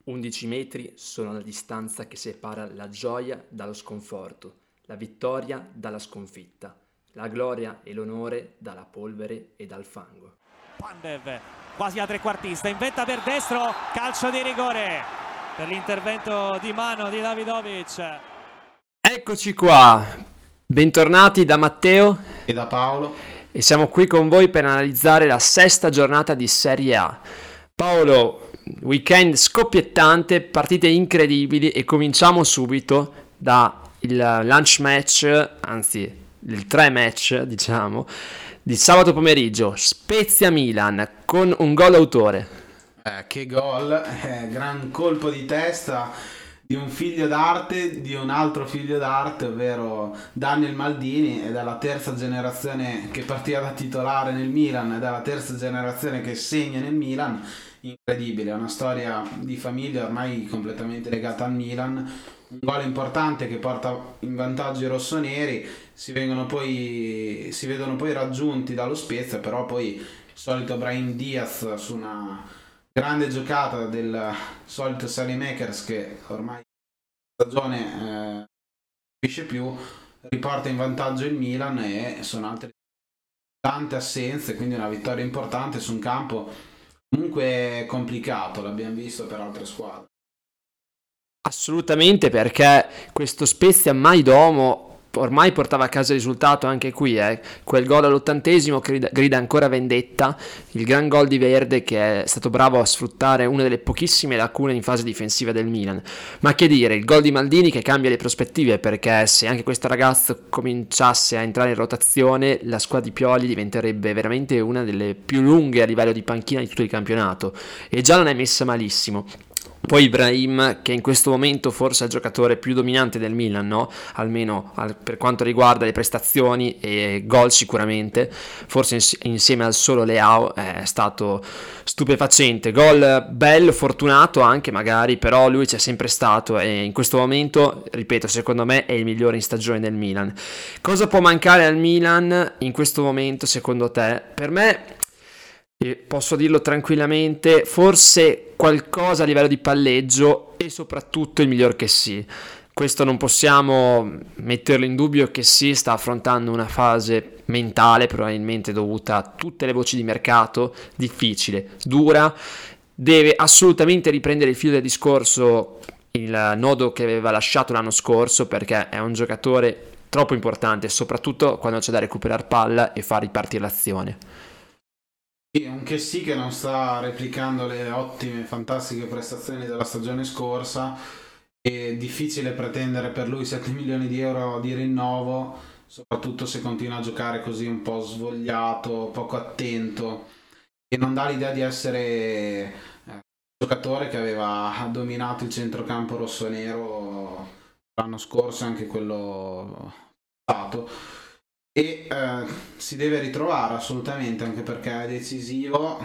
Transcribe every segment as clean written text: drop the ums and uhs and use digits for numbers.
11 metri sono la distanza che separa la gioia dallo sconforto, la vittoria dalla sconfitta, la gloria e l'onore dalla polvere e dal fango. Pandev, quasi a trequartista, inventa per destro, calcio di rigore per l'intervento di mano di Davidovic. Eccoci qua, bentornati da Matteo e da Paolo e siamo qui con voi per analizzare la sesta giornata di Serie A. Paolo, weekend scoppiettante, partite incredibili e cominciamo subito da il lunch match, anzi il 3 match diciamo, di sabato pomeriggio, Spezia-Milan con un gol autore. Che gol, gran colpo di testa di un figlio d'arte, di un altro figlio d'arte, ovvero Daniel Maldini, ed è la terza generazione che partiva da titolare nel Milan, ed è la terza generazione che segna nel Milan. Incredibile, è una storia di famiglia ormai completamente legata al Milan. Un gol importante che porta in vantaggio i rossoneri, si vedono poi raggiunti dallo Spezia, però poi il solito Brahim Diaz su una grande giocata del solito Saelemaekers, che ormai la stagione non capisce più, riporta in vantaggio il Milan, e sono altre tante assenze, quindi una vittoria importante su un campo comunque complicato, l'abbiamo visto per altre squadre. Assolutamente, perché questo Spezia mai domo ormai portava a casa il risultato anche qui, quel gol all'80esimo grida ancora vendetta, il gran gol di Verde che è stato bravo a sfruttare una delle pochissime lacune in fase difensiva del Milan. Ma che dire, il gol di Maldini che cambia le prospettive, perché se anche questo ragazzo cominciasse a entrare in rotazione, la squadra di Pioli diventerebbe veramente una delle più lunghe a livello di panchina di tutto il campionato, e già non è messa malissimo. Poi Ibrahim, che in questo momento forse è il giocatore più dominante del Milan, no? Almeno per quanto riguarda le prestazioni e gol sicuramente, forse insieme al solo Leao è stato stupefacente. Gol bello, fortunato anche magari, però lui c'è sempre stato e in questo momento, ripeto, secondo me è il migliore in stagione del Milan. Cosa può mancare al Milan in questo momento secondo te? Per me, e posso dirlo tranquillamente, forse qualcosa a livello di palleggio e soprattutto il miglior Kessie. Questo non possiamo metterlo in dubbio. Kessie sta affrontando una fase mentale probabilmente dovuta a tutte le voci di mercato, difficile, dura, deve assolutamente riprendere il filo del discorso, il nodo che aveva lasciato l'anno scorso, perché è un giocatore troppo importante, soprattutto quando c'è da recuperare palla e far ripartire l'azione. Un Kessie che non sta replicando le ottime, fantastiche prestazioni della stagione scorsa. È difficile pretendere per lui 7 milioni di euro di rinnovo, soprattutto se continua a giocare così un po' svogliato, poco attento, e non dà l'idea di essere un giocatore che aveva dominato il centrocampo rossonero l'anno scorso, anche quello passato. E si deve ritrovare assolutamente, anche perché è decisivo,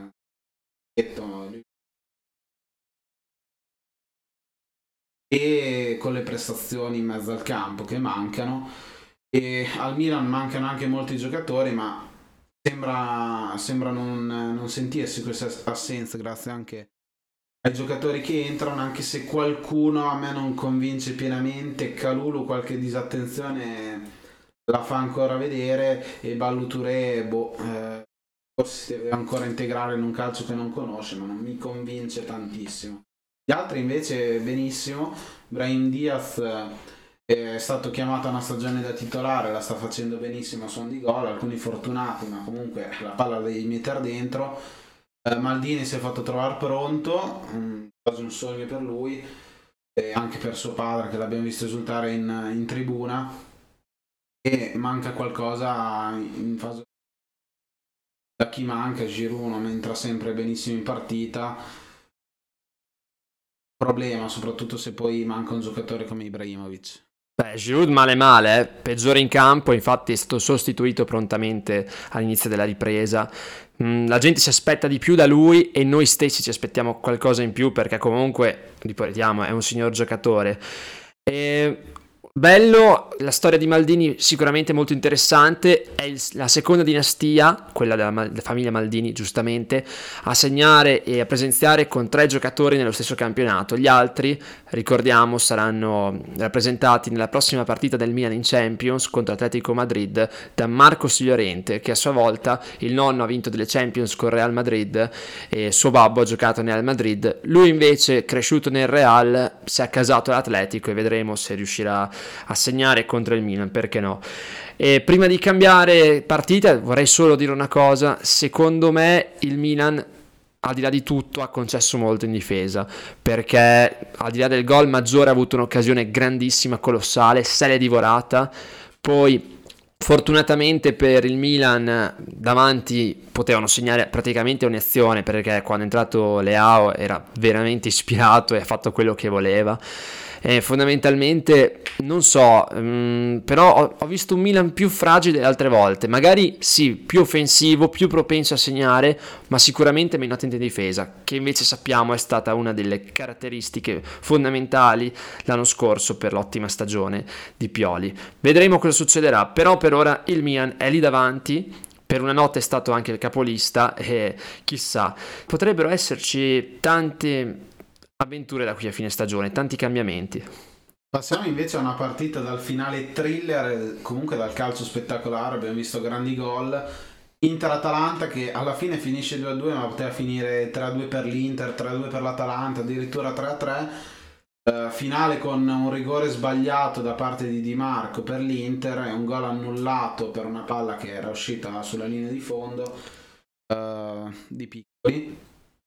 e con le prestazioni in mezzo al campo che mancano, e al Milan mancano anche molti giocatori, ma sembra non sentirsi queste assenze grazie anche ai giocatori che entrano, anche se qualcuno a me non convince pienamente. Kalulu qualche disattenzione la fa ancora vedere, e Ballo Touré forse si deve ancora integrare in un calcio che non conosce, ma non mi convince tantissimo. Gli altri invece benissimo. Brahim Diaz è stato chiamato a una stagione da titolare, la sta facendo benissimo a suon di gol, alcuni fortunati, ma comunque la palla la devi mettere dentro. Maldini si è fatto trovare pronto, quasi un sogno per lui e anche per suo padre, che l'abbiamo visto esultare in tribuna. E manca qualcosa in fase. Da chi manca? Giroud non entra sempre benissimo in partita, problema soprattutto se poi manca un giocatore come Ibrahimovic. Giroud male, peggiore in campo, infatti è stato sostituito prontamente all'inizio della ripresa. La gente si aspetta di più da lui e noi stessi ci aspettiamo qualcosa in più, perché comunque, ripetiamo, è un signor giocatore. E Bello, la storia di Maldini sicuramente molto interessante, è la seconda dinastia, quella della famiglia Maldini giustamente, a segnare e a presenziare con 3 giocatori nello stesso campionato. Gli altri, ricordiamo, saranno rappresentati nella prossima partita del Milan in Champions contro Atletico Madrid da Marcos Llorente, che a sua volta il nonno ha vinto delle Champions con Real Madrid e suo babbo ha giocato nel Madrid. Lui invece, cresciuto nel Real, si è accasato all'Atletico e vedremo se riuscirà a segnare contro il Milan, perché no. E prima di cambiare partita vorrei solo dire una cosa: secondo me il Milan, al di là di tutto, ha concesso molto in difesa, perché al di là del gol Maggiore ha avuto un'occasione grandissima, colossale, se l'è divorata. Poi fortunatamente per il Milan davanti potevano segnare praticamente ogni azione, perché quando è entrato Leao era veramente ispirato e ha fatto quello che voleva. Fondamentalmente non so, però ho visto un Milan più fragile delle altre volte, magari sì, più offensivo, più propenso a segnare, ma sicuramente meno attento in difesa, che invece sappiamo è stata una delle caratteristiche fondamentali l'anno scorso per l'ottima stagione di Pioli. Vedremo cosa succederà, però per ora il Milan è lì davanti. Per una notte è stato anche il capolista e chissà, potrebbero esserci tante avventure da qui a fine stagione, tanti cambiamenti. Passiamo invece a una partita dal finale thriller, comunque dal calcio spettacolare, abbiamo visto grandi gol. Inter-Atalanta che alla fine finisce 2-2, ma poteva finire 3-2 per l'Inter, 3-2 per l'Atalanta, addirittura 3-3. Finale con un rigore sbagliato da parte di Di Marco per l'Inter e un gol annullato per una palla che era uscita sulla linea di fondo di Piccoli.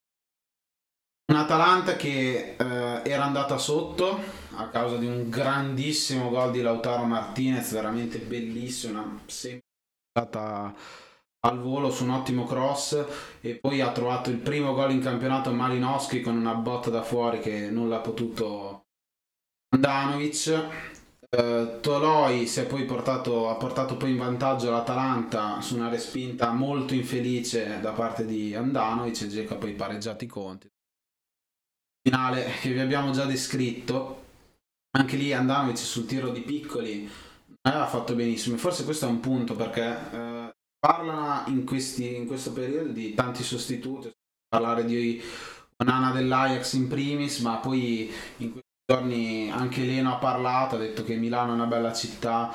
Un'Atalanta che era andata sotto a causa di un grandissimo gol di Lautaro Martinez, veramente bellissimo, una semplice al volo su un ottimo cross, e poi ha trovato il primo gol in campionato Malinowski con una botta da fuori che nulla ha potuto Andanovic. Toloi si è poi ha portato poi in vantaggio l'Atalanta su una respinta molto infelice da parte di Andanovic, e Dzeko ha poi pareggiato i conti. Finale che vi abbiamo già descritto, anche lì Andanovic sul tiro di Piccoli non aveva fatto benissimo, e forse questo è un punto, perché parla in questo periodo di tanti sostituti, parlare di Onana dell'Ajax in primis, ma poi in questi giorni anche Leno ha parlato, ha detto che Milano è una bella città,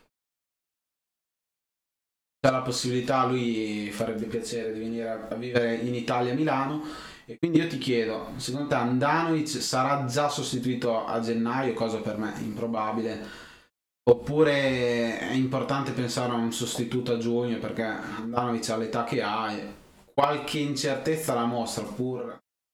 c'è la possibilità, a lui farebbe piacere di venire a vivere in Italia, a Milano. E quindi io ti chiedo, secondo te Andanovic sarà già sostituito a gennaio, cosa per me improbabile, oppure è importante pensare a un sostituto a giugno, perché Andanovic ha l'età che ha e qualche incertezza la mostra pur?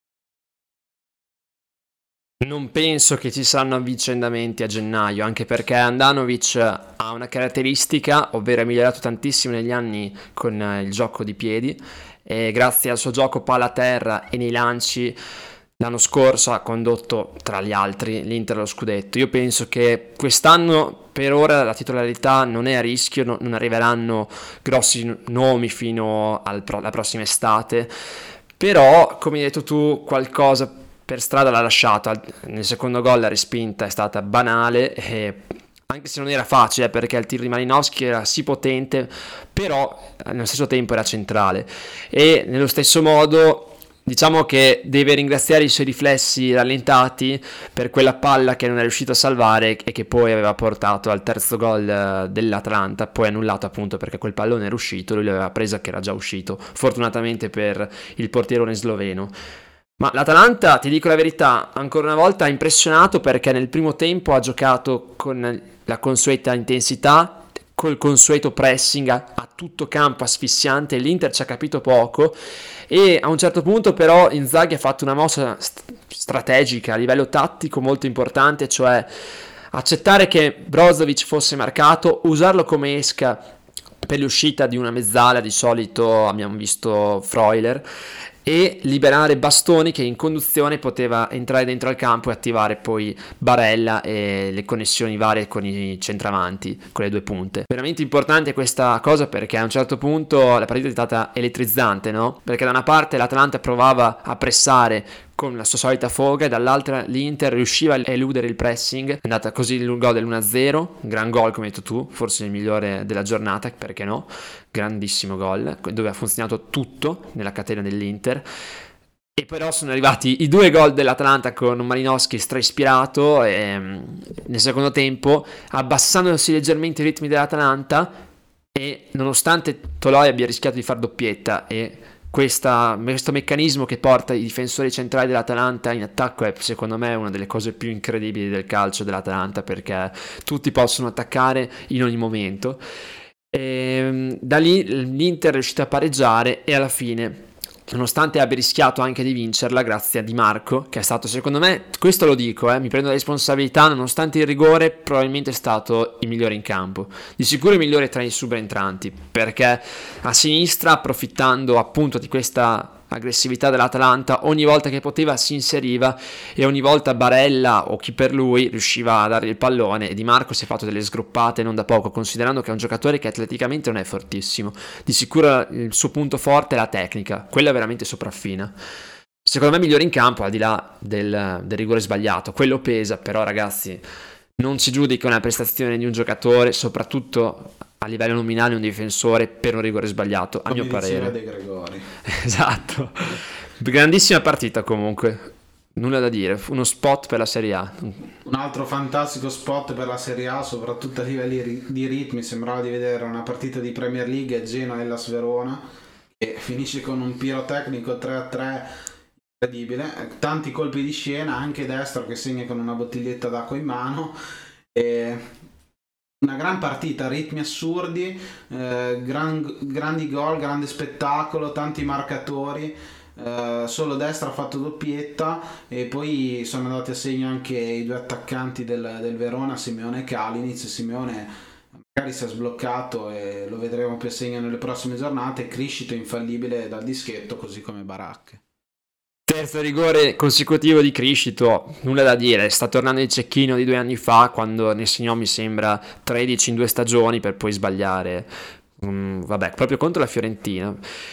Non penso che ci saranno avvicendamenti a gennaio, anche perché Andanovic ha una caratteristica, ovvero è migliorato tantissimo negli anni con il gioco di piedi, e grazie al suo gioco palla a terra e nei lanci l'anno scorso ha condotto tra gli altri l'Inter allo scudetto. Io penso che quest'anno per ora la titolarità non è a rischio, non arriveranno grossi nomi fino alla prossima estate, però come hai detto tu qualcosa per strada l'ha lasciata. Nel secondo gol la respinta è stata banale, anche se non era facile, perché il tiro di Malinowski era sì potente, però nello stesso tempo era centrale, e nello stesso modo diciamo che deve ringraziare i suoi riflessi rallentati per quella palla che non è riuscito a salvare e che poi aveva portato al terzo gol dell'Atalanta, poi annullato appunto perché quel pallone era uscito, lui l'aveva presa che era già uscito, fortunatamente per il portierone sloveno. Ma l'Atalanta, ti dico la verità, ancora una volta ha impressionato, perché nel primo tempo ha giocato con la consueta intensità, col consueto pressing a tutto campo asfissiante, l'Inter ci ha capito poco, e a un certo punto però Inzaghi ha fatto una mossa strategica a livello tattico molto importante, cioè accettare che Brozovic fosse marcato, usarlo come esca per l'uscita di una mezzala, di solito abbiamo visto Freuler, e liberare Bastoni che in conduzione poteva entrare dentro al campo e attivare poi Barella e le connessioni varie con i centravanti, con le due punte. Veramente importante questa cosa, perché a un certo punto la partita è stata elettrizzante, no? Perché da una parte l'Atalanta provava a pressare con la sua solita foga, e dall'altra l'Inter riusciva a eludere il pressing. È andata così il gol dell'1-0, un gran gol come hai detto tu, forse il migliore della giornata, perché no, grandissimo gol, dove ha funzionato tutto nella catena dell'Inter. E però sono arrivati i 2 gol dell'Atalanta con un Malinowski straispirato nel secondo tempo, abbassandosi leggermente i ritmi dell'Atalanta, e nonostante Toloi abbia rischiato di far doppietta, e questo meccanismo che porta i difensori centrali dell'Atalanta in attacco è secondo me una delle cose più incredibili del calcio dell'Atalanta, perché tutti possono attaccare in ogni momento. E da lì l'Inter è riuscita a pareggiare, e alla fine, nonostante abbia rischiato anche di vincerla, grazie a Di Marco, che è stato, secondo me, questo lo dico, mi prendo la responsabilità, nonostante il rigore, probabilmente è stato il migliore in campo, di sicuro il migliore tra i subentranti, perché a sinistra, approfittando appunto di questa aggressività dell'Atalanta, ogni volta che poteva si inseriva, e ogni volta Barella o chi per lui riusciva a dare il pallone, e Di Marco si è fatto delle sgroppate non da poco, considerando che è un giocatore che atleticamente non è fortissimo. Di sicuro il suo punto forte è la tecnica, quella veramente sopraffina. Secondo me migliore in campo, al di là del rigore sbagliato, quello pesa, però ragazzi, non si giudica una prestazione di un giocatore, soprattutto a livello nominale, un difensore, per un rigore sbagliato, a mio parere. De Gregori. Esatto. Grandissima partita comunque, nulla da dire, uno spot per la Serie A. Un altro fantastico spot per la Serie A, soprattutto a livelli di ritmi. Sembrava di vedere una partita di Premier League, Genoa e Las Verona, che finisce con un pirotecnico 3-3 incredibile, tanti colpi di scena, anche Destro che segna con una bottiglietta d'acqua in mano, e una gran partita, ritmi assurdi, grandi gol, grande spettacolo, tanti marcatori. Solo Destro ha fatto doppietta, e poi sono andati a segno anche i 2 attaccanti del Verona, Simeone e Kalinic. Simeone magari si è sbloccato e lo vedremo più a segno nelle prossime giornate. Criscito infallibile dal dischetto, così come Baracche. Terzo rigore consecutivo di Criscito, nulla da dire, sta tornando il cecchino di 2 anni fa, quando ne segnò mi sembra 13 in 2 stagioni, per poi sbagliare, proprio contro la Fiorentina.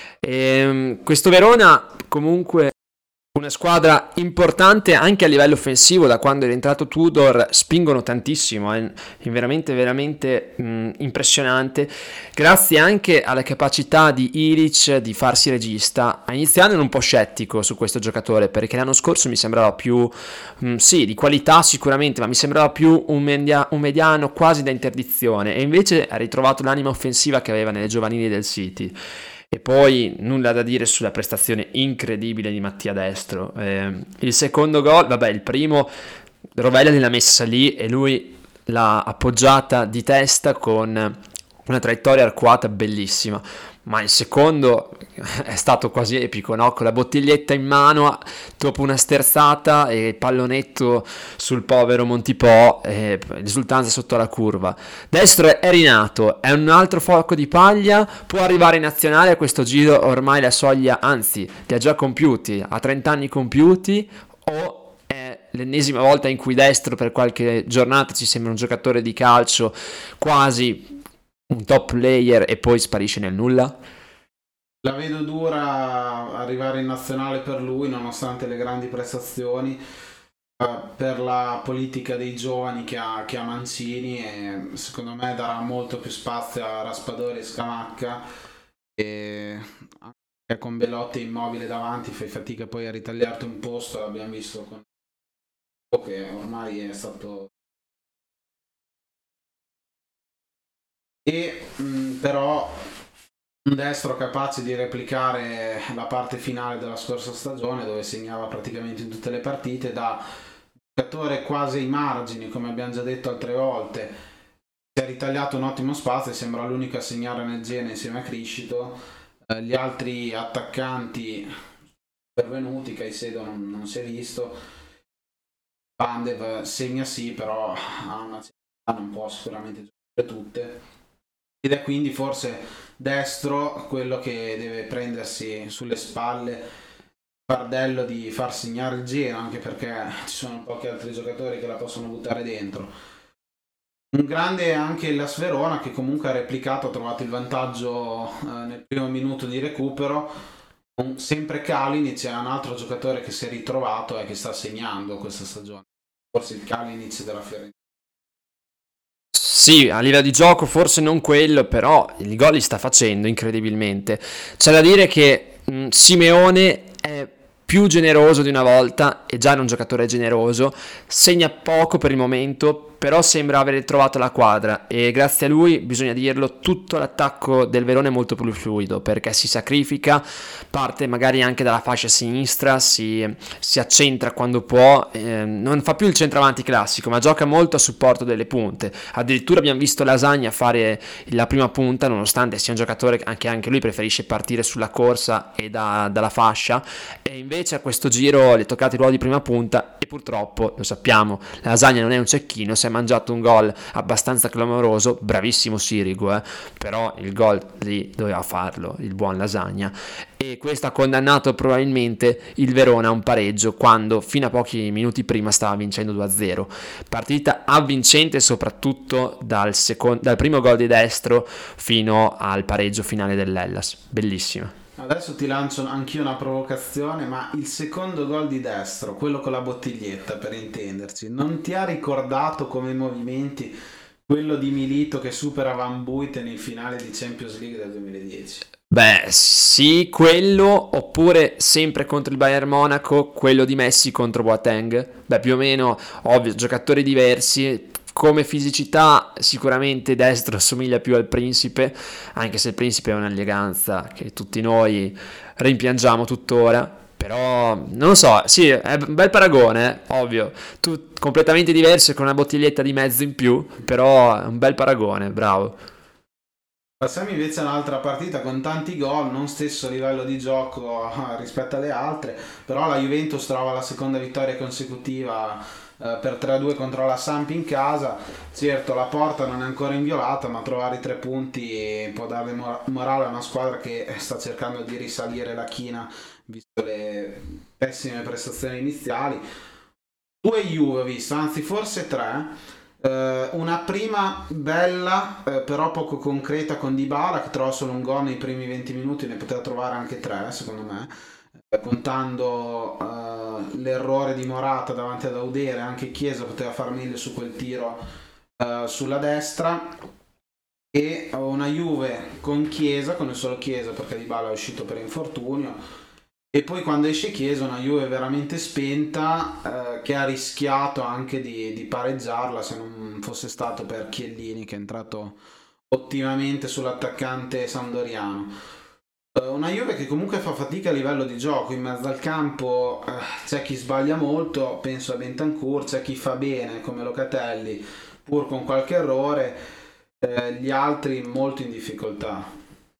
Questo Verona comunque una squadra importante anche a livello offensivo. Da quando è rientrato Tudor spingono tantissimo, è veramente veramente impressionante, grazie anche alla capacità di Ilic di farsi regista. A inizio anno ero un po' scettico su questo giocatore, perché l'anno scorso mi sembrava più sì, di qualità sicuramente, ma mi sembrava più un mediano quasi da interdizione, e invece ha ritrovato l'anima offensiva che aveva nelle giovanili del City. E poi nulla da dire sulla prestazione incredibile di Mattia Destro. Il secondo gol, il primo Rovella l'ha messa lì e lui l'ha appoggiata di testa con una traiettoria arcuata bellissima, ma il secondo è stato quasi epico, no? Con la bottiglietta in mano dopo una sterzata e pallonetto sul povero Montipò, risultanza sotto la curva. Destro è rinato, è un altro fuoco di paglia, può arrivare in nazionale a questo giro, ormai la soglia, anzi li ha già compiuti, ha 30 anni compiuti, o è l'ennesima volta in cui Destro per qualche giornata ci sembra un giocatore di calcio, quasi un top player, e poi sparisce nel nulla? La vedo dura arrivare in nazionale per lui, nonostante le grandi prestazioni, per la politica dei giovani che ha Mancini, e secondo me darà molto più spazio a Raspadori e Scamacca, e anche con Belotti Immobile davanti fai fatica poi a ritagliarti un posto. L'abbiamo visto con che ormai è stato, e però un Destro capace di replicare la parte finale della scorsa stagione, dove segnava praticamente in tutte le partite, da giocatore quasi ai margini, come abbiamo già detto altre volte. Si è ritagliato un ottimo spazio e sembra l'unico a segnare nel Genoa insieme a Criscito. Gli altri attaccanti pervenuti, Caicedo non si è visto, Pandev segna sì, però ha una certa, non può sicuramente giocare tutte, ed è quindi forse Destro quello che deve prendersi sulle spalle il fardello di far segnare il Genoa, anche perché ci sono pochi altri giocatori che la possono buttare dentro. Un grande anche il Las Verona, che comunque ha replicato, ha trovato il vantaggio nel primo minuto di recupero, Sempre Kalinic è un altro giocatore che si è ritrovato e che sta segnando questa stagione, forse il Kalinic della Fiorentina. Sì, a livello di gioco forse non quello, però il gol li sta facendo incredibilmente. C'è da dire che Simeone è più generoso di una volta, e già era un giocatore generoso, segna poco per il momento, però sembra aver trovato la quadra e grazie a lui, bisogna dirlo, tutto l'attacco del Verona è molto più fluido perché si sacrifica, parte magari anche dalla fascia sinistra, si accentra quando può, non fa più il centravanti classico ma gioca molto a supporto delle punte. Addirittura abbiamo visto Lasagna fare la prima punta nonostante sia un giocatore che anche lui preferisce partire sulla corsa e dalla fascia, e invece a questo giro le è toccato il ruolo di prima punta e purtroppo, lo sappiamo, Lasagna non è un cecchino, si è mangiato un gol abbastanza clamoroso, bravissimo Sirigu, però il gol lì doveva farlo il buon Lasagna, e questo ha condannato probabilmente il Verona a un pareggio quando fino a pochi minuti prima stava vincendo 2-0. Partita avvincente soprattutto dal primo gol di Destro fino al pareggio finale dell'Hellas, bellissima. Adesso ti lancio anch'io una provocazione, ma il secondo gol di Destro, quello con la bottiglietta per intenderci, non ti ha ricordato come movimenti quello di Milito che supera Van Buiten in finale di Champions League del 2010? Beh, sì, quello, oppure sempre contro il Bayern Monaco, quello di Messi contro Boateng. Beh, più o meno, ovvio, giocatori diversi. Come fisicità sicuramente Destro assomiglia più al Principe, anche se il Principe è un'eleganza che tutti noi rimpiangiamo tuttora, però non lo so, sì, è un bel paragone, ovvio, tu completamente diverso e con una bottiglietta di mezzo in più, però è un bel paragone, bravo. Passiamo invece a un'altra partita con tanti gol, non stesso livello di gioco rispetto alle altre, però la Juventus trova la seconda vittoria consecutiva per 3-2 contro la Samp in casa. Certo, la porta non è ancora inviolata, ma trovare i 3 punti può dare morale a una squadra che sta cercando di risalire la china visto le pessime prestazioni iniziali. 2 Juve ho visto, anzi forse 3. Una prima bella però poco concreta con Dybala che trova solo un gol nei primi 20 minuti, ne poteva trovare anche 3 secondo me, contando l'errore di Morata davanti ad Audere. Anche Chiesa poteva far meglio su quel tiro sulla destra, e una Juve con Chiesa, con il solo Chiesa perché Dybala è uscito per infortunio, e poi quando esce Chiesa una Juve veramente spenta, che ha rischiato anche di pareggiarla se non fosse stato per Chiellini che è entrato ottimamente sull'attaccante sampdoriano. Una Juve che comunque fa fatica a livello di gioco, in mezzo al campo c'è chi sbaglia molto, penso a Bentancur, c'è chi fa bene come Locatelli pur con qualche errore, gli altri molto in difficoltà.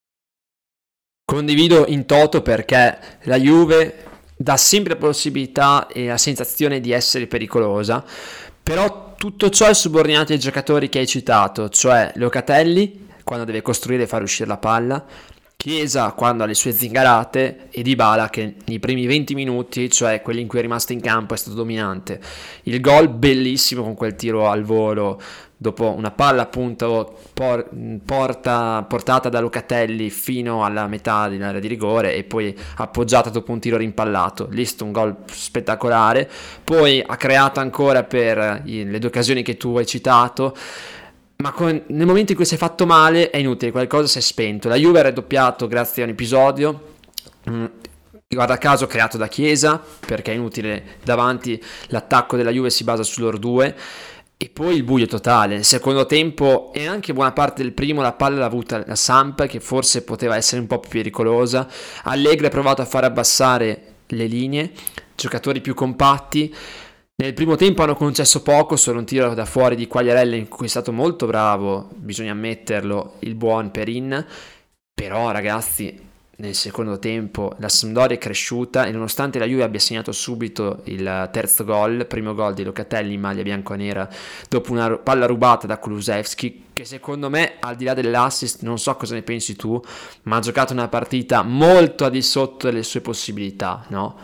Condivido in toto perché la Juve dà sempre la possibilità e la sensazione di essere pericolosa, però tutto ciò è subordinato ai giocatori che hai citato, cioè Locatelli quando deve costruire e far uscire la palla, Chiesa quando ha le sue zingarate e Dybala che nei primi 20 minuti, cioè quelli in cui è rimasto in campo, è stato dominante. Il gol bellissimo con quel tiro al volo dopo una palla appunto portata da Locatelli fino alla metà dell'area di rigore e poi appoggiata dopo un tiro rimpallato. Lì è un gol spettacolare. Poi ha creato ancora per le 2 occasioni che tu hai citato, ma nel momento in cui si è fatto male è inutile, qualcosa si è spento. La Juve ha raddoppiato grazie a un episodio, guarda caso creato da Chiesa, perché è inutile, davanti l'attacco della Juve si basa su loro 2, e poi il buio totale. Nel secondo tempo e anche buona parte del primo la palla l'ha avuta la Samp, che forse poteva essere un po' più pericolosa. Allegri ha provato a far abbassare le linee, giocatori più compatti. Nel primo tempo hanno concesso poco, solo un tiro da fuori di Quagliarella in cui è stato molto bravo, bisogna ammetterlo, il buon Perin. Però ragazzi, nel secondo tempo la Sampdoria è cresciuta e nonostante la Juve abbia segnato subito il terzo gol, primo gol di Locatelli in maglia bianconera dopo una palla rubata da Kulusevski, che secondo me, al di là dell'assist, non so cosa ne pensi tu, ma ha giocato una partita molto al di sotto delle sue possibilità, no?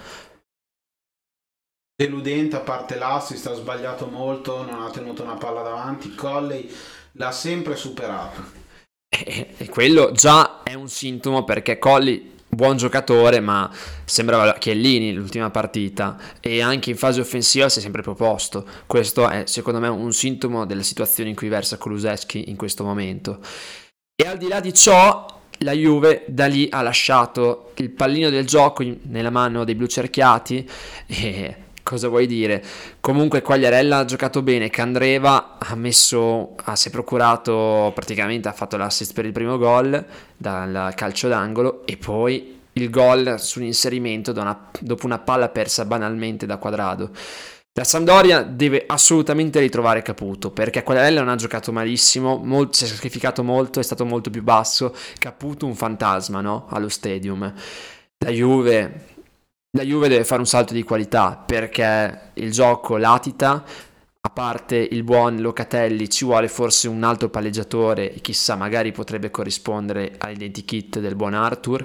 Deludente, a parte l'assist, ha sbagliato molto, non ha tenuto una palla davanti. Colley l'ha sempre superato. E quello già è un sintomo, perché Colley buon giocatore, ma sembrava Chiellini l'ultima partita, e anche in fase offensiva si è sempre proposto. Questo è secondo me un sintomo della situazione in cui versa Kulusevski in questo momento. E al di là di ciò, la Juve da lì ha lasciato il pallino del gioco nella mano dei blucerchiati, e cosa vuoi dire? Comunque Quagliarella ha giocato bene, Candreva si è procurato, praticamente ha fatto l'assist per il primo gol dal calcio d'angolo, e poi il gol sull'inserimento dopo una palla persa banalmente da Quadrado. La Sampdoria deve assolutamente ritrovare Caputo, perché Quagliarella non ha giocato malissimo, si è sacrificato molto, è stato molto più basso. Caputo un fantasma, no? Allo Stadium. La Juve deve fare un salto di qualità, perché il gioco latita. A parte il buon Locatelli, ci vuole forse un altro palleggiatore, e chissà, magari potrebbe corrispondere all'identikit del buon Arthur.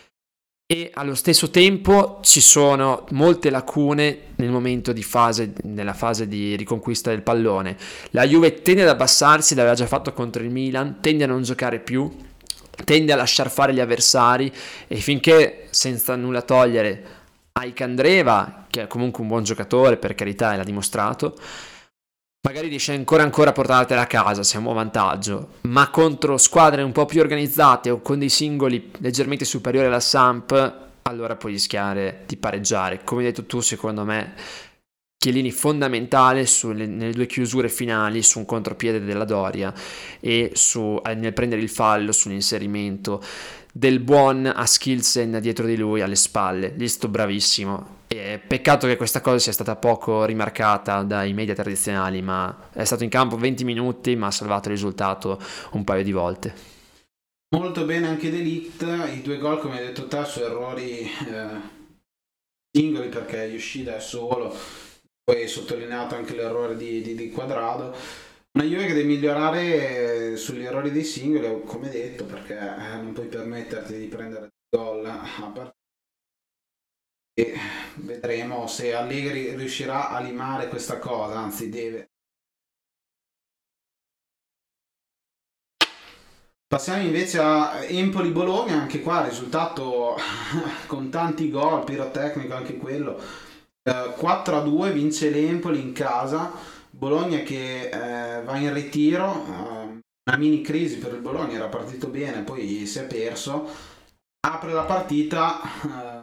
E allo stesso tempo ci sono molte lacune nella fase di riconquista del pallone. La Juve tende ad abbassarsi, l'aveva già fatto contro il Milan, tende a non giocare più, tende a lasciar fare gli avversari, e finché, senza nulla togliere ai Candreva, che è comunque un buon giocatore, per carità, e l'ha dimostrato, magari riesce ancora a portartela a casa, siamo a vantaggio, ma contro squadre un po' più organizzate o con dei singoli leggermente superiori alla Samp, allora puoi rischiare di pareggiare. Come hai detto tu, secondo me Chiellini fondamentale nelle due chiusure finali, su un contropiede della Doria e nel prendere il fallo sull'inserimento del buon Askilsen dietro di lui alle spalle. Lì sto bravissimo. Peccato che questa cosa sia stata poco rimarcata dai media tradizionali, ma è stato in campo 20 minuti, ma ha salvato il risultato un paio di volte. Molto bene anche De Ligt, i 2 gol come hai detto te su errori singoli, perché Yoshida è solo, poi hai sottolineato anche l'errore di Quadrado. Una Juve che deve migliorare sugli errori dei singoli, come detto, perché non puoi permetterti di prendere gol a partita. E vedremo se Allegri riuscirà a limare questa cosa, anzi deve. Passiamo invece a Empoli-Bologna, anche qua risultato con tanti gol, pirotecnico anche quello. 4-2 vince l'Empoli in casa. Bologna che va in ritiro, una mini crisi per il Bologna, era partito bene, poi si è perso. Apre la partita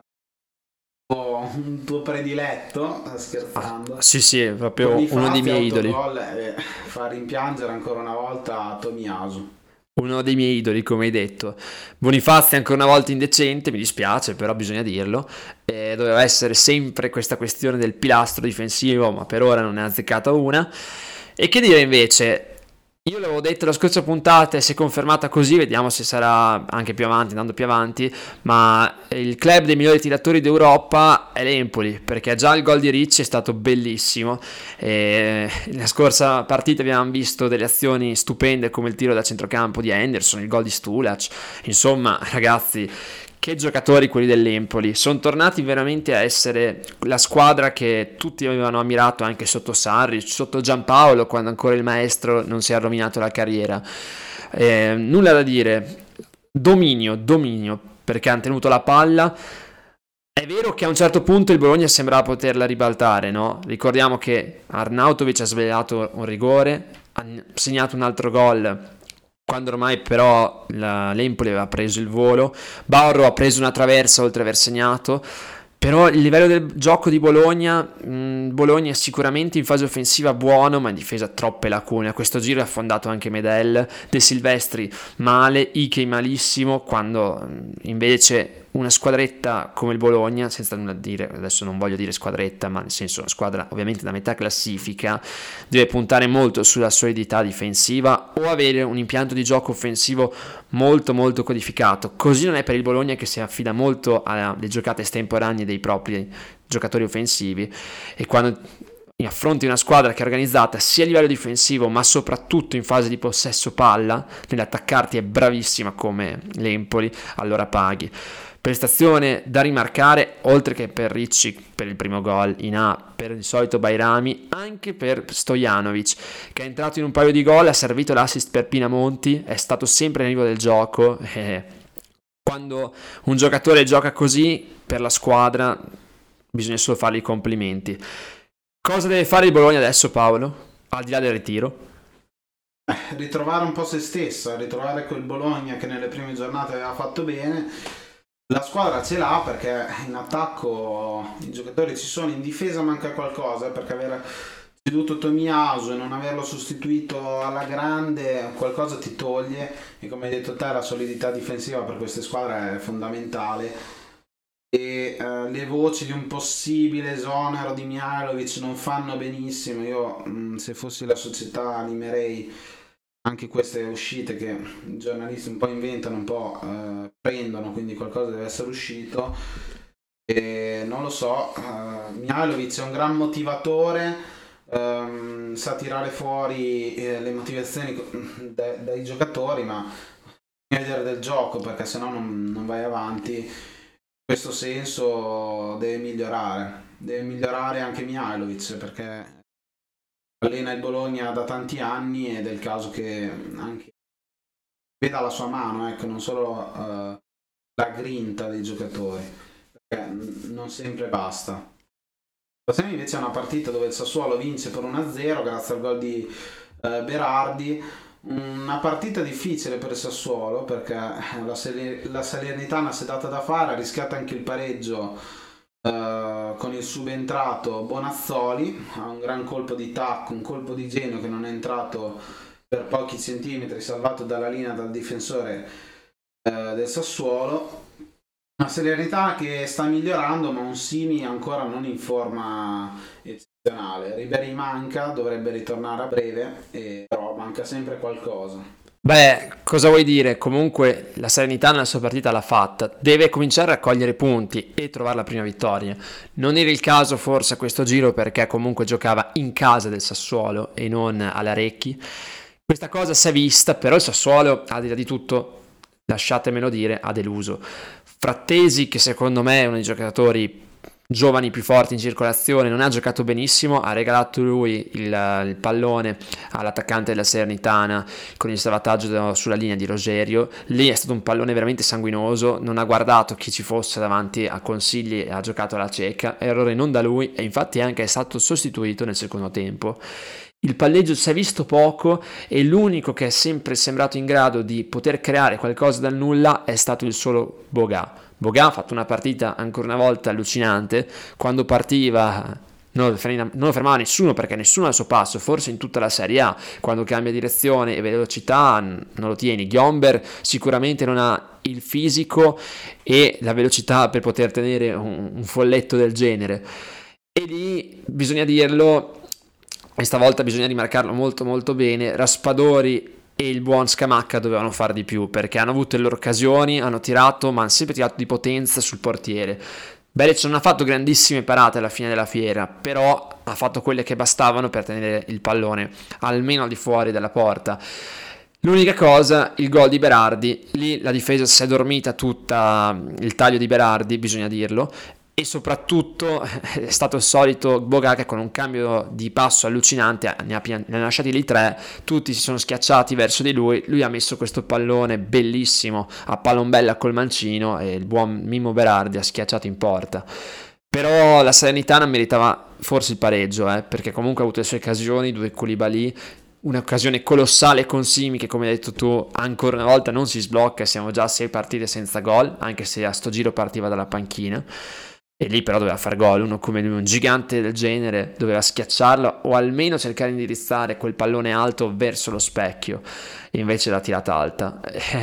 un tuo prediletto, scherzando. Sì, è proprio uno dei miei idoli. Fa rimpiangere ancora una volta Tomiyasu. Uno dei miei idoli, come hai detto. Bonifazzi ancora una volta indecente, mi dispiace, però bisogna dirlo. Doveva essere sempre questa questione del pilastro difensivo, ma per ora non ne ha azzeccata una. E che dire invece? Io l'avevo detto la scorsa puntata e si è confermata così, vediamo se sarà anche più avanti, andando più avanti, ma il club dei migliori tiratori d'Europa è l'Empoli, perché già il gol di Ricci è stato bellissimo. La scorsa partita abbiamo visto delle azioni stupende, come il tiro da centrocampo di Henderson, il gol di Stulac. Insomma, ragazzi, che giocatori quelli dell'Empoli, sono tornati veramente a essere la squadra che tutti avevano ammirato anche sotto Sarri, sotto Giampaolo, quando ancora il maestro non si è rovinato la carriera. Nulla da dire, dominio, perché hanno tenuto la palla. È vero che a un certo punto il Bologna sembrava poterla ribaltare, no? Ricordiamo che Arnautovic ha svegliato un rigore, ha segnato un altro gol quando ormai però l'Empoli aveva preso il volo. Baurro ha preso una traversa oltre ad aver segnato. Però il livello del gioco di Bologna è sicuramente in fase offensiva buono, ma in difesa troppe lacune. A questo giro è affondato anche Medel, De Silvestri male, Ike malissimo, quando invece una squadretta come il Bologna, senza nulla dire, adesso non voglio dire squadretta, ma nel senso una squadra ovviamente da metà classifica, deve puntare molto sulla solidità difensiva o avere un impianto di gioco offensivo molto codificato. Così non è per il Bologna, che si affida molto alle giocate estemporanee dei propri giocatori offensivi, e quando affronti una squadra che è organizzata sia a livello difensivo ma soprattutto in fase di possesso palla, nell'attaccarti è bravissima come l'Empoli, allora paghi. Prestazione da rimarcare, oltre che per Ricci per il primo gol in A, per il solito Bairami, anche per Stojanovic, che è entrato in un paio di gol, ha servito l'assist per Pinamonti, è stato sempre nel vivo del gioco, Quando un giocatore gioca così per la squadra bisogna solo fargli i complimenti. Cosa deve fare il Bologna adesso, Paolo? Al di là del ritiro? Ritrovare un po' se stessa, ritrovare quel Bologna che nelle prime giornate aveva fatto bene. La squadra ce l'ha perché in attacco i giocatori ci sono, in difesa manca qualcosa, perché aver ceduto Tomiyasu e non averlo sostituito alla grande qualcosa ti toglie, e come hai detto te la solidità difensiva per queste squadre è fondamentale. E le voci di un possibile esonero di Mihajlovic non fanno benissimo. Io se fossi la società animerei anche queste uscite che i giornalisti un po' inventano, un po' prendono, quindi qualcosa deve essere uscito. E non lo so, Mihajlovic è un gran motivatore, sa tirare fuori le motivazioni dai giocatori, ma bisogna vedere del gioco, perché sennò non vai avanti. In questo senso deve migliorare anche Mihajlovic, perché allena il Bologna da tanti anni ed è il caso che anche veda la sua mano, ecco, non solo la grinta dei giocatori, perché non sempre basta. Passiamo invece a una partita dove il Sassuolo vince per 1-0 grazie al gol di Berardi. Una partita difficile per il Sassuolo, perché la Salernitana si è data da fare, ha rischiato anche il pareggio con il subentrato Bonazzoli, ha un gran colpo di tacco, un colpo di genio che non è entrato per pochi centimetri, salvato dalla linea dal difensore del Sassuolo. Una Salernitana che sta migliorando, ma un Simi ancora non in forma eccezionale. Ribéry manca, dovrebbe ritornare a breve, però manca sempre qualcosa. Beh, cosa vuoi dire? Comunque la Salernitana la sua partita l'ha fatta, deve cominciare a raccogliere punti e trovare la prima vittoria. Non era il caso forse a questo giro, perché comunque giocava in casa del Sassuolo e non all'Arecchi. Questa cosa si è vista, però il Sassuolo, al di là di tutto, lasciatemelo dire, ha deluso. Frattesi, che secondo me è uno dei giocatori giovani più forti in circolazione, non ha giocato benissimo, ha regalato lui il pallone all'attaccante della Salernitana con il salvataggio sulla linea di Rogerio. Lì è stato un pallone veramente sanguinoso, non ha guardato chi ci fosse davanti a consigli e ha giocato alla cieca, errore non da lui, e infatti anche è stato sostituito nel secondo tempo. Il palleggio si è visto poco e l'unico che è sempre sembrato in grado di poter creare qualcosa dal nulla è stato il solo Boga. Boga ha fatto una partita ancora una volta allucinante. Quando partiva non lo fermava nessuno, perché nessuno al suo passo, forse in tutta la Serie A. Quando cambia direzione e velocità non lo tieni. Ghiomber sicuramente non ha il fisico e la velocità per poter tenere un folletto del genere. E lì bisogna dirlo, e stavolta bisogna rimarcarlo molto molto bene, Raspadori e il buon Scamacca dovevano fare di più, perché hanno avuto le loro occasioni, hanno tirato, ma hanno sempre tirato di potenza sul portiere. Beric non ha fatto grandissime parate alla fine della fiera, però ha fatto quelle che bastavano per tenere il pallone almeno al di fuori della porta. L'unica cosa, il gol di Berardi, lì la difesa si è dormita tutta, il taglio di Berardi, bisogna dirlo, e soprattutto è stato il solito Boga che con un cambio di passo allucinante ne ha lasciati lì 3, tutti si sono schiacciati verso di lui ha messo questo pallone bellissimo a palombella col mancino e il buon Mimmo Berardi ha schiacciato in porta. Però la Salernitana meritava forse il pareggio, perché comunque ha avuto le sue occasioni, 2 Koulibaly, un'occasione colossale con Simi che, come hai detto tu, ancora una volta non si sblocca, siamo già a 6 partite senza gol, anche se a sto giro partiva dalla panchina. E lì però doveva far gol, uno come lui, un gigante del genere, doveva schiacciarlo o almeno cercare di indirizzare quel pallone alto verso lo specchio, e invece l'ha tirata alta.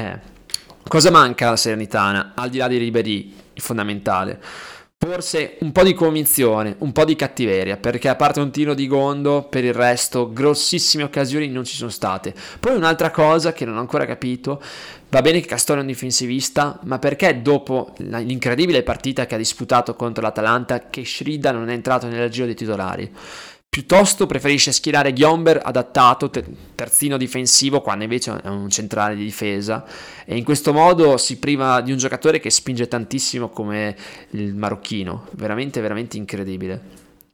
Cosa manca alla Salernitana, al di là di Ribéry, il fondamentale? Forse un po' di convinzione, un po' di cattiveria, perché a parte un tiro di Gondo, per il resto grossissime occasioni non ci sono state. Poi un'altra cosa che non ho ancora capito, va bene che Castoro è un difensivista, ma perché dopo l'incredibile partita che ha disputato contro l'Atalanta che Shrida non è entrato nel giro dei titolari? Piuttosto preferisce schierare Ghiomber adattato, terzino difensivo, quando invece è un centrale di difesa, e in questo modo si priva di un giocatore che spinge tantissimo come il marocchino. Veramente veramente incredibile.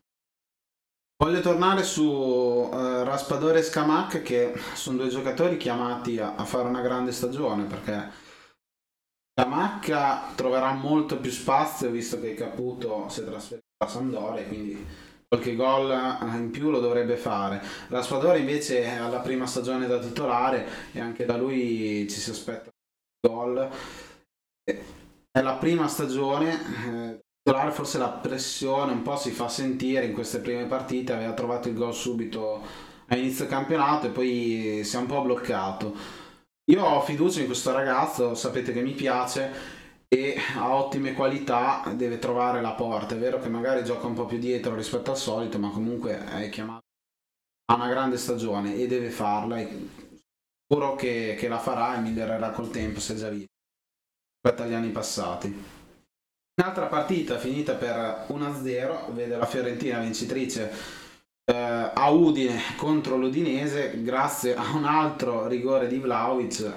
Voglio tornare su Raspadori e Scamacca, che sono 2 giocatori chiamati a fare una grande stagione, perché Scamacca troverà molto più spazio visto che Caputo si è trasferito a Sampdoria, quindi qualche gol in più lo dovrebbe fare. Raspadori invece è alla prima stagione da titolare e anche da lui ci si aspetta gol. È la prima stagione titolare, forse la pressione un po' si fa sentire in queste prime partite, aveva trovato il gol subito a inizio campionato e poi si è un po' bloccato. Io ho fiducia in questo ragazzo, sapete che mi piace e ha ottime qualità, deve trovare la porta. È vero che magari gioca un po' più dietro rispetto al solito, ma comunque è chiamato a una grande stagione e deve farla. E sicuro che la farà e migliorerà col tempo, si è già visto rispetto agli anni passati. Un'altra partita finita per 1-0 vede la Fiorentina vincitrice a Udine contro l'Udinese grazie a un altro rigore di Vlahovic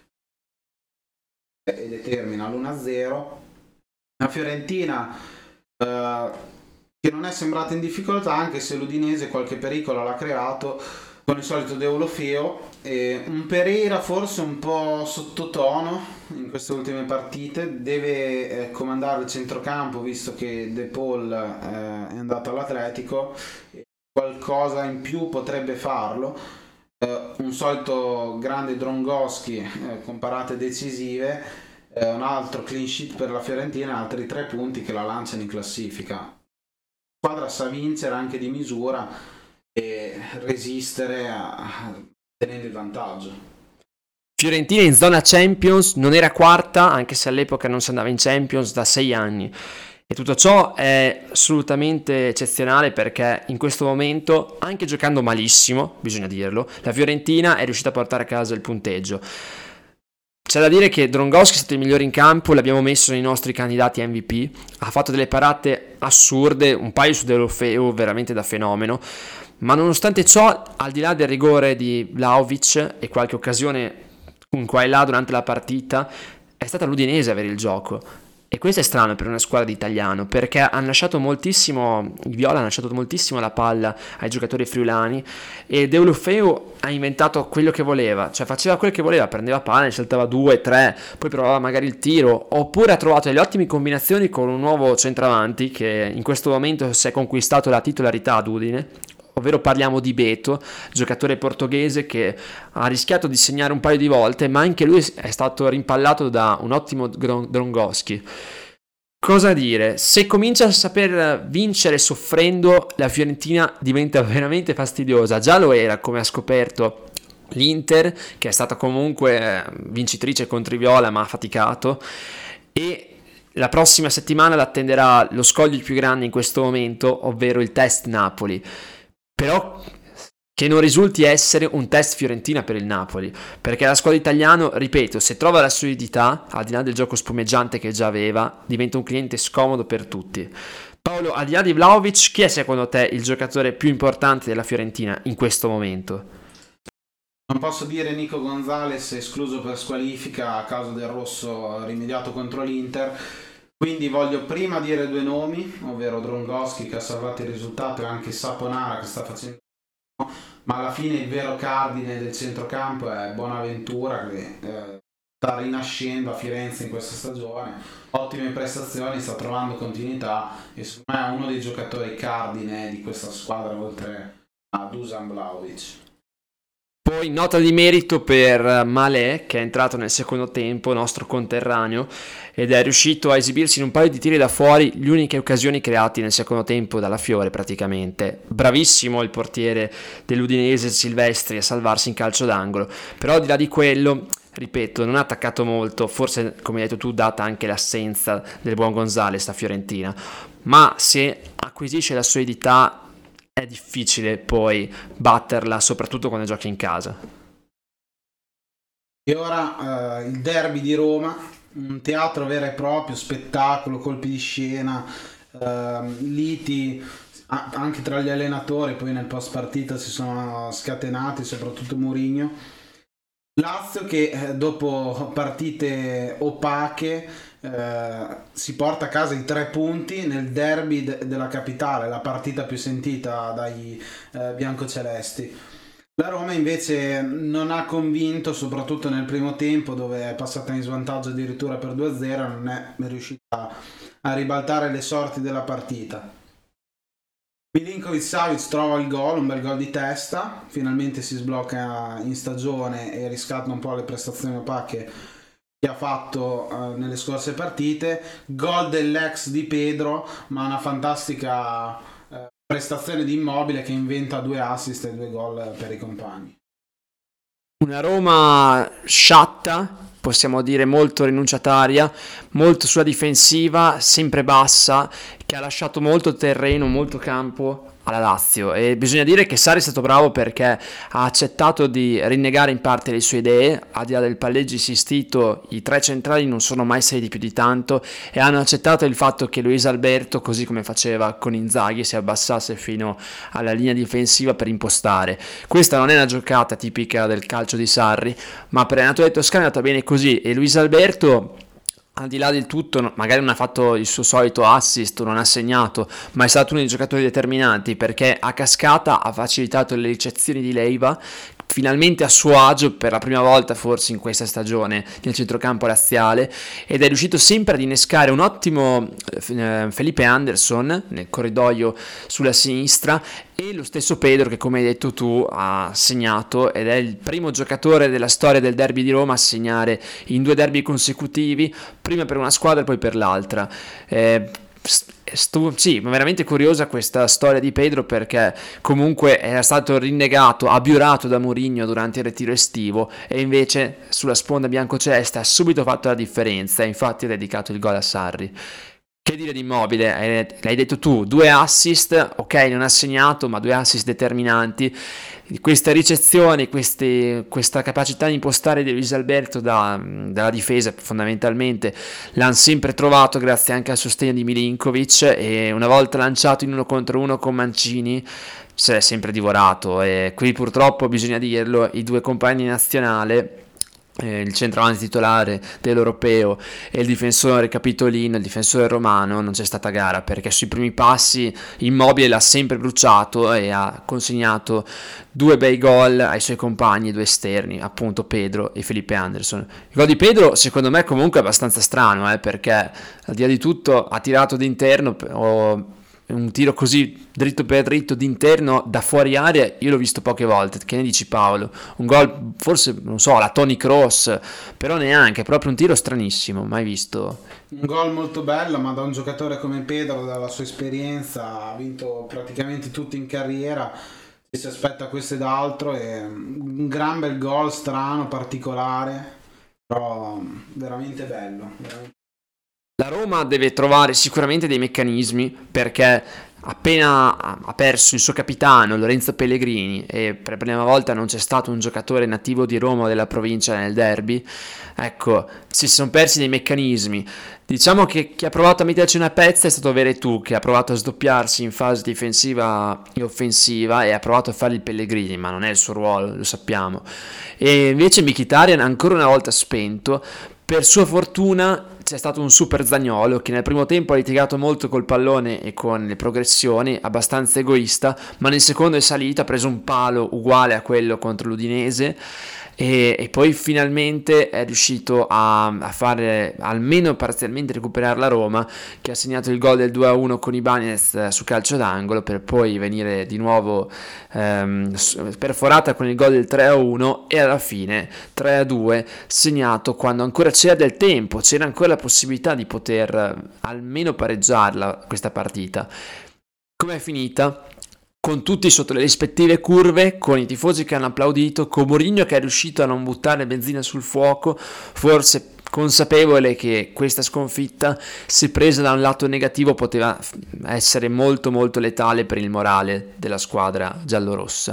e determina l'1-0. La Fiorentina che non è sembrata in difficoltà, anche se l'Udinese qualche pericolo l'ha creato con il solito Deulofeu e un Pereira forse un po' sottotono in queste ultime partite, deve comandare il centrocampo visto che De Paul è andato all'Atletico. Qualcosa in più potrebbe farlo, un solito grande Drongoschi con parate decisive, un altro clean sheet per la Fiorentina, altri 3 punti che la lanciano in classifica. La squadra sa vincere anche di misura e resistere tenendo il vantaggio. Fiorentina in zona Champions, non era quarta, anche se all'epoca non si andava in Champions da 6 anni. E tutto ciò è assolutamente eccezionale perché in questo momento, anche giocando malissimo, bisogna dirlo, la Fiorentina è riuscita a portare a casa il punteggio. C'è da dire che Drongoschi è stato il migliore in campo, l'abbiamo messo nei nostri candidati MVP, ha fatto delle parate assurde, un paio su Deulofeu veramente da fenomeno, ma nonostante ciò, al di là del rigore di Vlahovic e qualche occasione in qua e là durante la partita, è stata l'Udinese a avere il gioco. E questo è strano per una squadra di Italiano, perché hanno lasciato moltissimo, il Viola ha lasciato moltissimo la palla ai giocatori friulani e Deulofeu ha inventato quello che voleva, cioè faceva quello che voleva, prendeva palla, ne saltava 2, 3, poi provava magari il tiro, oppure ha trovato delle ottime combinazioni con un nuovo centravanti che in questo momento si è conquistato la titolarità ad Udine, ovvero parliamo di Beto, giocatore portoghese che ha rischiato di segnare un paio di volte, ma anche lui è stato rimpallato da un ottimo Drongoschi. Cosa dire? Se comincia a saper vincere soffrendo, la Fiorentina diventa veramente fastidiosa. Già lo era, come ha scoperto l'Inter, che è stata comunque vincitrice contro i Viola, ma ha faticato, e la prossima settimana l'attenderà lo scoglio più grande in questo momento, ovvero il test Napoli. Però che non risulti essere un test Fiorentina per il Napoli, perché la squadra italiana, ripeto, se trova la solidità, al di là del gioco spumeggiante che già aveva, diventa un cliente scomodo per tutti. Paolo, al di là di Vlahovic, chi è secondo te il giocatore più importante della Fiorentina in questo momento? Non posso dire Nico Gonzalez, escluso per squalifica a causa del rosso rimediato contro l'Inter. Quindi voglio prima dire 2 nomi, ovvero Drongoschi che ha salvato il risultato e anche Saponara che sta facendo, ma alla fine il vero cardine del centrocampo è Bonaventura che sta rinascendo a Firenze in questa stagione, ottime prestazioni, sta trovando continuità e secondo me è uno dei giocatori cardine di questa squadra oltre a Dusan Vlahovic. Poi nota di merito per Malé, che è entrato nel secondo tempo, nostro conterraneo, ed è riuscito a esibirsi in un paio di tiri da fuori, le uniche occasioni create nel secondo tempo dalla Fiore praticamente. Bravissimo il portiere dell'Udinese Silvestri a salvarsi in calcio d'angolo, però al di là di quello, ripeto, non ha attaccato molto, forse come hai detto tu data anche l'assenza del buon Gonzalez a Fiorentina, ma se acquisisce la solidità è difficile poi batterla, soprattutto quando giochi in casa. E ora il derby di Roma, un teatro vero e proprio, spettacolo, colpi di scena, liti anche tra gli allenatori, poi nel post partita si sono scatenati, soprattutto Mourinho. Lazio che dopo partite opache si porta a casa i 3 punti nel derby della capitale, la partita più sentita dai biancocelesti. La Roma invece non ha convinto, soprattutto nel primo tempo, dove è passata in svantaggio addirittura per 2-0, non è riuscita a ribaltare le sorti della partita. Milinkovic-Savic trova il gol, un bel gol di testa, finalmente si sblocca in stagione e riscatta un po' le prestazioni opache che ha fatto nelle scorse partite. Gol dell'ex di Pedro, ma una fantastica prestazione di Immobile che inventa 2 assist e 2 gol per i compagni. Una Roma sciatta, possiamo dire molto rinunciataria, molto sulla difensiva, sempre bassa, che ha lasciato molto terreno, molto campo alla Lazio, e bisogna dire che Sarri è stato bravo perché ha accettato di rinnegare in parte le sue idee. Al di là del palleggio insistito, i 3 centrali non sono mai saliti più di tanto e hanno accettato il fatto che Luis Alberto, così come faceva con Inzaghi, si abbassasse fino alla linea difensiva per impostare. Questa non è una giocata tipica del calcio di Sarri, ma per l'allenatore toscano è andata bene così, e Luis Alberto, al di là del tutto, magari non ha fatto il suo solito assist, non ha segnato, ma è stato uno dei giocatori determinanti perché a cascata ha facilitato le ricezioni di Leiva, finalmente a suo agio per la prima volta forse in questa stagione nel centrocampo laziale, ed è riuscito sempre ad innescare un ottimo Felipe Anderson nel corridoio sulla sinistra, e lo stesso Pedro che, come hai detto tu, ha segnato ed è il primo giocatore della storia del derby di Roma a segnare in 2 derby consecutivi, prima per una squadra e poi per l'altra. Sì, ma veramente curiosa questa storia di Pedro, perché comunque era stato rinnegato, abiurato da Mourinho durante il ritiro estivo, e invece sulla sponda biancoceleste ha subito fatto la differenza, e infatti ha dedicato il gol a Sarri. Che dire di Immobile? L'hai detto tu, 2 assist, ok, non ha segnato, ma 2 assist determinanti. Queste ricezioni, questa capacità di impostare di Luis Alberto dalla difesa fondamentalmente l'hanno sempre trovato grazie anche al sostegno di Milinkovic, e una volta lanciato in 1 contro 1 con Mancini se l'è sempre divorato. E qui purtroppo bisogna dirlo, i 2 compagni di nazionale, il centravanti titolare dell'Europeo e il difensore Capitolino, il difensore romano, non c'è stata gara perché sui primi passi Immobile l'ha sempre bruciato e ha consegnato 2 bei gol ai suoi compagni, 2 esterni, appunto Pedro e Felipe Anderson. Il gol di Pedro secondo me comunque è abbastanza strano, perché al di là di tutto ha tirato d'interno, un tiro così dritto per dritto d'interno da fuori area io l'ho visto poche volte. Che ne dici, Paolo? Un gol forse, non so, la Toni Kroos, però neanche, proprio un tiro stranissimo, mai visto. Un gol molto bello, ma da un giocatore come Pedro, dalla sua esperienza, ha vinto praticamente tutto in carriera, si aspetta questo ed altro, è un gran bel gol, strano, particolare, però veramente bello, veramente. La Roma deve trovare sicuramente dei meccanismi, perché appena ha perso il suo capitano Lorenzo Pellegrini e per la prima volta non c'è stato un giocatore nativo di Roma o della provincia nel derby, ecco, si sono persi dei meccanismi. Diciamo che chi ha provato a metterci una pezza è stato Veretout, che ha provato a sdoppiarsi in fase difensiva e offensiva e ha provato a fare il Pellegrini, ma non è il suo ruolo, lo sappiamo. E invece Mkhitaryan ancora una volta spento. Per sua fortuna c'è stato un super Zaniolo che nel primo tempo ha litigato molto col pallone e con le progressioni, abbastanza egoista, ma nel secondo è salito, ha preso un palo uguale a quello contro l'Udinese, e poi finalmente è riuscito a fare almeno parzialmente recuperare la Roma, che ha segnato il gol del 2-1 con Ibanez su calcio d'angolo, per poi venire di nuovo perforata con il gol del 3-1 e alla fine 3-2 segnato quando ancora c'era del tempo, c'era ancora la possibilità di poter almeno pareggiarla questa partita. Com'è finita? Con tutti sotto le rispettive curve, con i tifosi che hanno applaudito, con Mourinho che è riuscito a non buttare benzina sul fuoco, forse consapevole che questa sconfitta, se presa da un lato negativo, poteva essere molto molto letale per il morale della squadra giallorossa.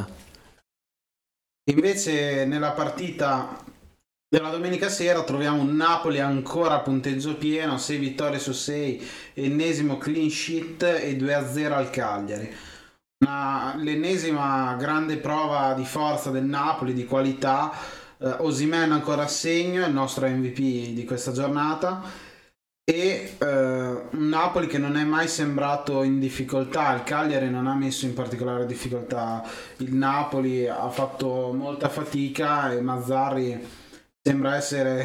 Invece nella partita della domenica sera troviamo un Napoli ancora a punteggio pieno, 6 vittorie su 6, ennesimo clean sheet e 2-0 al Cagliari. L'ennesima grande prova di forza del Napoli, di qualità. Osimhen ancora a segno, il nostro MVP di questa giornata, e un Napoli che non è mai sembrato in difficoltà. Il Cagliari non ha messo in particolare difficoltà il Napoli, ha fatto molta fatica e Mazzarri sembra essere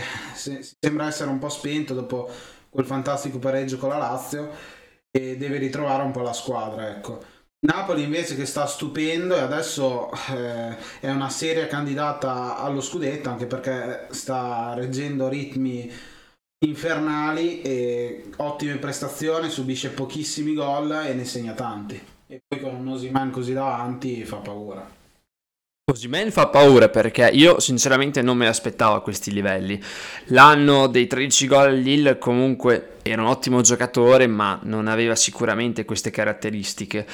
un po' spento dopo quel fantastico pareggio con la Lazio e deve ritrovare un po' la squadra, ecco. Napoli invece che sta stupendo e adesso è una seria candidata allo scudetto, anche perché sta reggendo ritmi infernali e ottime prestazioni, subisce pochissimi gol e ne segna tanti, e poi con un Osimhen così davanti fa paura. Osimhen fa paura perché io sinceramente non me l'aspettavo a questi livelli. L'anno dei 13 gol al Lille comunque era un ottimo giocatore, ma non aveva sicuramente queste caratteristiche.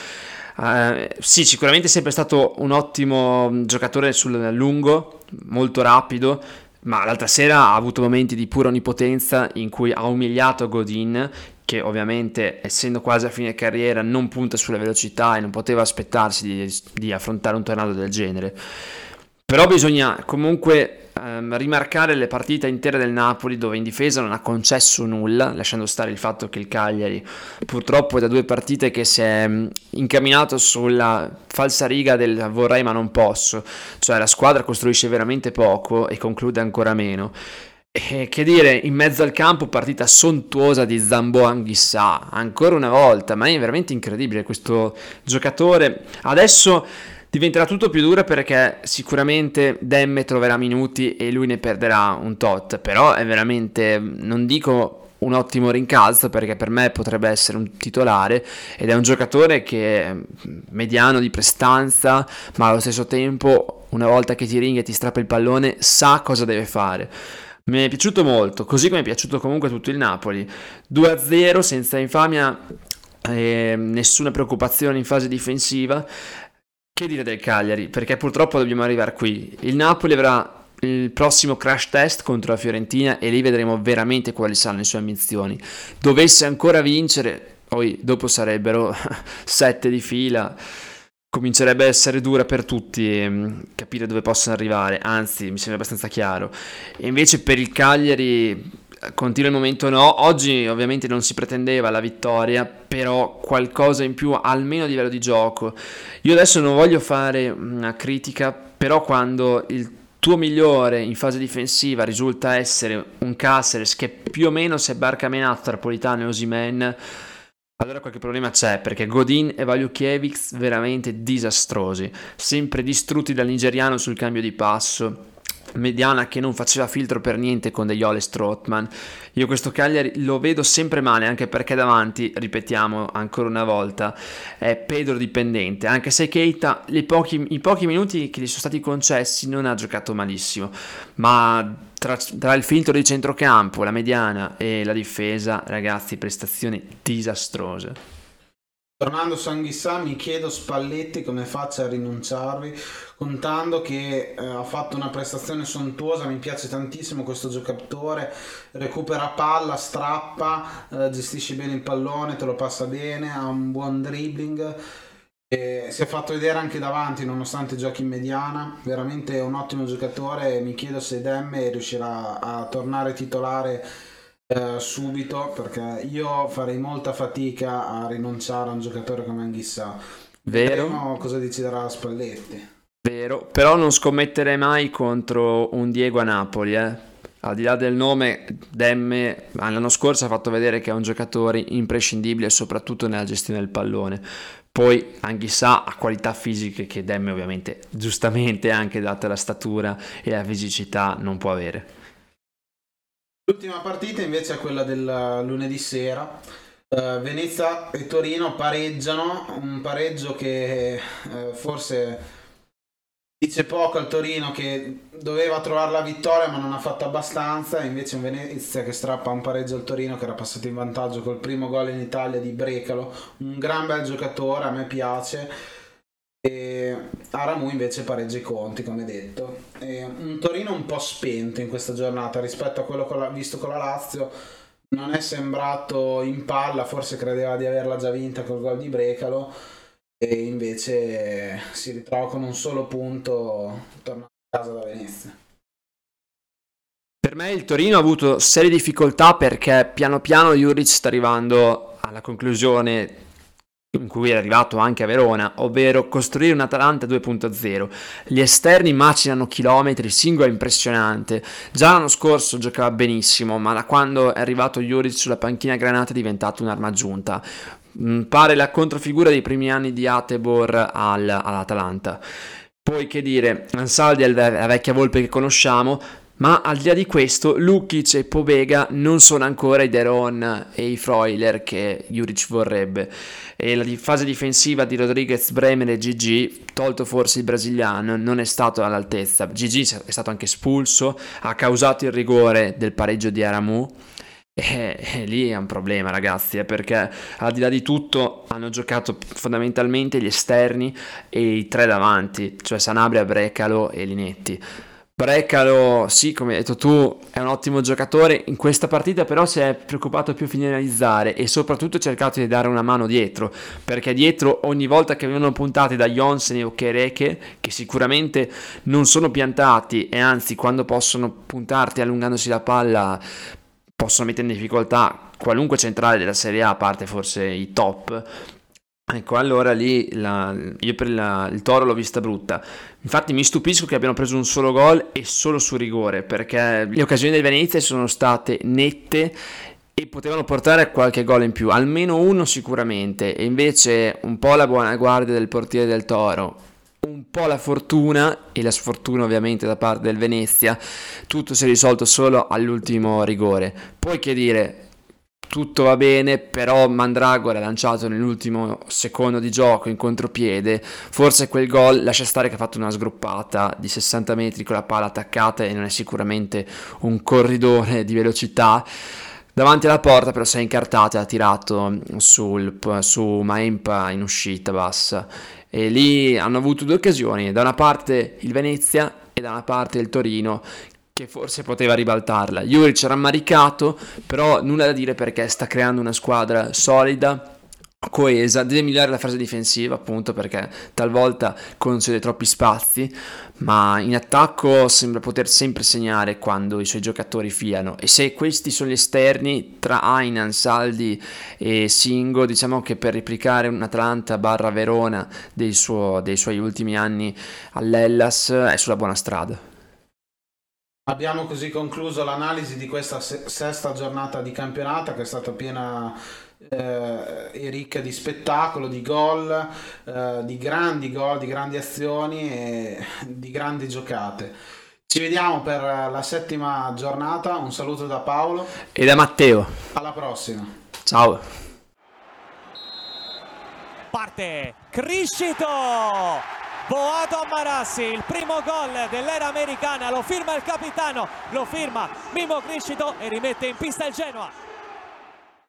Sì, sicuramente è sempre stato un ottimo giocatore sul lungo, molto rapido, ma l'altra sera ha avuto momenti di pura onnipotenza in cui ha umiliato Godin, che ovviamente essendo quasi a fine carriera non punta sulla velocità e non poteva aspettarsi di affrontare un tornado del genere. Però bisogna comunque rimarcare le partite intere del Napoli, dove in difesa non ha concesso nulla, lasciando stare il fatto che il Cagliari purtroppo è da 2 partite che si è incamminato sulla falsariga del vorrei ma non posso, cioè la squadra costruisce veramente poco e conclude ancora meno. E che dire, in mezzo al campo partita sontuosa di Zambo Anghissà, ancora una volta, ma è veramente incredibile questo giocatore. Adesso diventerà tutto più duro perché sicuramente Demme troverà minuti e lui ne perderà un tot, però è veramente, non dico un ottimo rincalzo perché per me potrebbe essere un titolare, ed è un giocatore che è mediano di prestanza, ma allo stesso tempo una volta che ti ringhia e ti strappa il pallone sa cosa deve fare. Mi è piaciuto molto, così come è piaciuto comunque tutto il Napoli. 2-0 senza infamia, nessuna preoccupazione in fase difensiva. Che dire del Cagliari? Perché purtroppo dobbiamo arrivare qui. Il Napoli avrà il prossimo crash test contro la Fiorentina e lì vedremo veramente quali saranno le sue ambizioni. Dovesse ancora vincere, poi dopo sarebbero 7 di fila. Comincerebbe a essere dura per tutti capire dove possono arrivare, anzi mi sembra abbastanza chiaro. E invece per il Cagliari continua il momento no, oggi ovviamente non si pretendeva la vittoria, però qualcosa in più almeno a livello di gioco. Io adesso non voglio fare una critica, però quando il tuo migliore in fase difensiva risulta essere un Caceres che più o meno se Barcamenato tra Politano e Osimhen, allora qualche problema c'è, perché Godin e Valiukiewicz veramente disastrosi, sempre distrutti dal nigeriano sul cambio di passo, mediana che non faceva filtro per niente con degli Ole Strootman. Io questo Cagliari lo vedo sempre male, anche perché davanti, ripetiamo ancora una volta, è Pedro dipendente, anche se Keita i pochi minuti che gli sono stati concessi non ha giocato malissimo, ma tra il filtro di centrocampo, la mediana e la difesa, ragazzi, prestazioni disastrose. Tornando su Anghissà, mi chiedo Spalletti come faccia a rinunciarvi, contando che ha fatto una prestazione sontuosa. Mi piace tantissimo questo giocatore, recupera palla, strappa, gestisce bene il pallone, te lo passa bene, ha un buon dribbling, e si è fatto vedere anche davanti nonostante giochi in mediana, veramente un ottimo giocatore. Mi chiedo se Demme riuscirà a tornare titolare subito, perché io farei molta fatica a rinunciare a un giocatore come Anghissà. Vedremo Vero? cosa deciderà Spalletti. Vero, però non scommetterei mai contro un Diego a Napoli, Al di là del nome, Demme l'anno scorso ha fatto vedere che è un giocatore imprescindibile soprattutto nella gestione del pallone. Poi Anghissà ha qualità fisiche che Demme ovviamente, giustamente anche data la statura e la fisicità, non può avere. L'ultima partita invece è quella del lunedì sera. Venezia e Torino pareggiano, un pareggio che forse dice poco al Torino, che doveva trovare la vittoria ma non ha fatto abbastanza, e invece un Venezia che strappa un pareggio al Torino, che era passato in vantaggio col primo gol in Italia di Brecalo, un gran bel giocatore, a me piace. E Aramu invece pareggia i conti, come detto. E un Torino un po' spento in questa giornata rispetto a quello visto con la Lazio. Non è sembrato in palla, forse credeva di averla già vinta col gol di Brecalo, e invece si ritrova con un solo punto tornando a casa da Venezia. Per me il Torino ha avuto serie difficoltà perché piano piano Juric sta arrivando alla conclusione in cui è arrivato anche a Verona, ovvero costruire un Atalanta 2.0. Gli esterni macinano chilometri, Singo è impressionante. Già l'anno scorso giocava benissimo, ma da quando è arrivato Juric sulla panchina granata è diventato un'arma aggiunta. Pare la controfigura dei primi anni di Atebor all'Atalanta. Poi che dire, Ansaldi è la vecchia volpe che conosciamo, ma al di là di questo Lukic e Pobega non sono ancora i Deron e i Freuler che Juric vorrebbe, e la fase difensiva di Rodriguez, Bremer e Gigi, tolto forse il brasiliano, non è stato all'altezza. Gigi è stato anche espulso, ha causato il rigore del pareggio di Aramu. E lì è un problema, ragazzi, perché al di là di tutto hanno giocato fondamentalmente gli esterni e i tre davanti, cioè Sanabria, Brecalo e Linetti. Brecalo, sì, come hai detto tu, è un ottimo giocatore. In questa partita però si è preoccupato più a finalizzare e soprattutto ha cercato di dare una mano dietro, perché dietro ogni volta che venivano puntate da Jonsen o Kereke, che sicuramente non sono piantati e anzi quando possono puntarti allungandosi la palla possono mettere in difficoltà qualunque centrale della Serie A, a parte forse i top. Ecco, allora lì io per il Toro l'ho vista brutta. Infatti mi stupisco che abbiano preso un solo gol e solo su rigore, perché le occasioni del Venezia sono state nette e potevano portare a qualche gol in più, almeno uno sicuramente, e invece un po' la buona guardia del portiere del Toro, un po' la fortuna e la sfortuna ovviamente da parte del Venezia, tutto si è risolto solo all'ultimo rigore. Poi che dire, tutto va bene, però Mandragora lanciato nell'ultimo secondo di gioco in contropiede, forse quel gol, lascia stare che ha fatto una sgroppata di 60 metri con la palla attaccata e non è sicuramente un corridore di velocità. Davanti alla porta però si è incartato e ha tirato su Maempa in uscita bassa, e lì hanno avuto due occasioni, da una parte il Venezia e da una parte il Torino, che forse poteva ribaltarla. Juric rammaricato, però nulla da dire perché sta creando una squadra solida, coesa, deve migliorare la fase difensiva appunto perché talvolta concede troppi spazi, ma in attacco sembra poter sempre segnare quando i suoi giocatori filano, e se questi sono gli esterni tra Aynan, Saldi e Singo, diciamo che per replicare un Atalanta barra Verona dei suoi ultimi anni all'Hellas è sulla buona strada. Abbiamo così concluso l'analisi di questa sesta giornata di campionato, che è stata piena e ricca di spettacolo, di gol, di grandi azioni e di grandi giocate. Ci vediamo per la settima giornata. Un saluto da Paolo e da Matteo. Alla prossima. Ciao. Parte Criscito, Boado Ammarassi, il primo gol dell'era americana, lo firma il capitano, lo firma Mimo Criscito e rimette in pista il Genoa.